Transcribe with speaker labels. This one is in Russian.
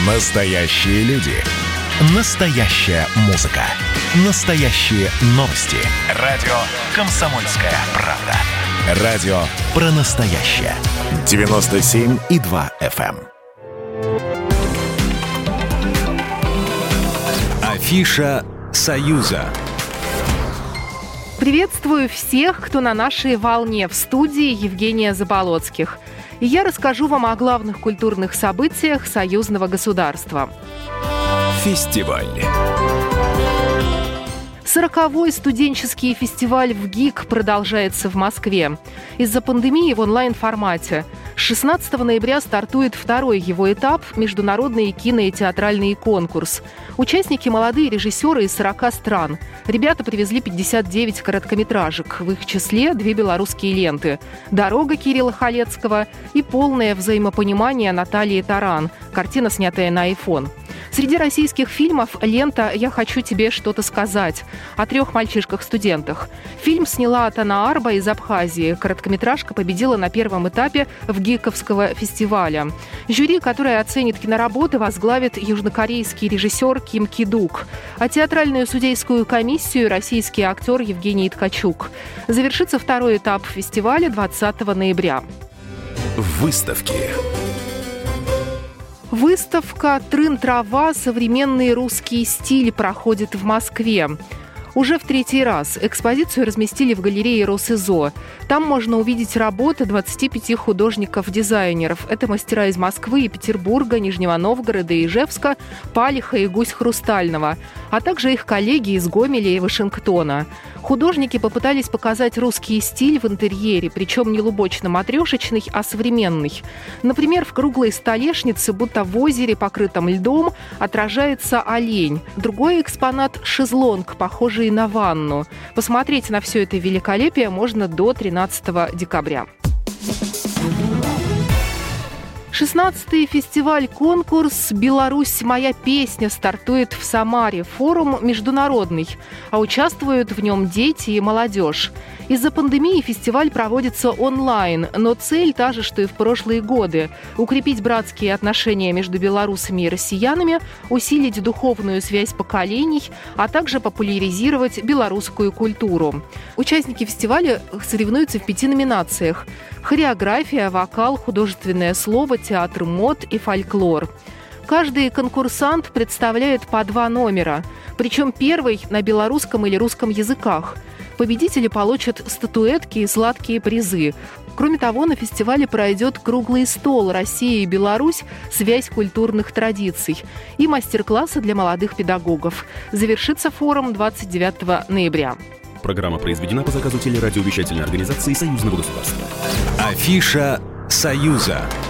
Speaker 1: Настоящие люди. Настоящая музыка. Настоящие новости. Радио «Комсомольская правда». Радио про настоящее. 97,2 FM. Афиша «Союза».
Speaker 2: Приветствую всех, кто на нашей волне. В студии Евгения Заболоцких. И я расскажу вам о главных культурных событиях союзного государства.
Speaker 1: Фестиваль.
Speaker 2: 40-й студенческий фестиваль ВГИК продолжается в Москве. Из-за пандемии в онлайн-формате. С 16 ноября стартует второй его этап – международный кино- и театральный конкурс. Участники – молодые режиссеры из 40 стран. Ребята привезли 59 короткометражек, в их числе 2 белорусские ленты «Дорога» Кирилла Халецкого и «Полное взаимопонимание» Натальи Таран. Картина, снятая на iPhone. Среди российских фильмов лента «Я хочу тебе что-то сказать» о 3 мальчишках-студентах. Фильм сняла Тана Арба из Абхазии. Короткометражка победила на первом этапе ВГИКовского фестиваля. Жюри, которое оценит киноработы, возглавит южнокорейский режиссер Ким Ки-дук, а театральную судейскую комиссию – российский актер Евгений Ткачук. Завершится второй этап фестиваля 20 ноября.
Speaker 1: Выставки.
Speaker 2: Выставка «Трын-трава. Современный русский стиль» проходит в Москве. Уже в 3-й раз экспозицию разместили в галерее Росизо. Там можно увидеть работы 25 художников-дизайнеров. Это мастера из Москвы и Петербурга, Нижнего Новгорода, Ижевска, Палиха и Гусь-Хрустального, а также их коллеги из Гомеля и Вашингтона. Художники попытались показать русский стиль в интерьере, причем не лубочно-матрешечный, а современный. Например, в круглой столешнице, будто в озере, покрытом льдом, отражается олень. Другой экспонат – шезлонг, похожий на ванну. Посмотреть на все это великолепие можно до 13 декабря. 16-й фестиваль-конкурс «Беларусь. Моя песня» стартует в Самаре. Форум международный, а участвуют в нем дети и молодежь. Из-за пандемии фестиваль проводится онлайн, но цель та же, что и в прошлые годы – укрепить братские отношения между белорусами и россиянами, усилить духовную связь поколений, а также популяризировать белорусскую культуру. Участники фестиваля соревнуются в 5 номинациях – хореография, вокал, художественное слово, театр мод и фольклор. Каждый конкурсант представляет по 2 номера, причем первый на белорусском или русском языках. Победители получат статуэтки и сладкие призы. Кроме того, на фестивале пройдет круглый стол «Россия и Беларусь. Связь культурных традиций» и мастер-классы для молодых педагогов. Завершится форум 29 ноября.
Speaker 3: Программа произведена по заказу телерадиовещательной организации Союзного государства.
Speaker 1: Афиша «Союза».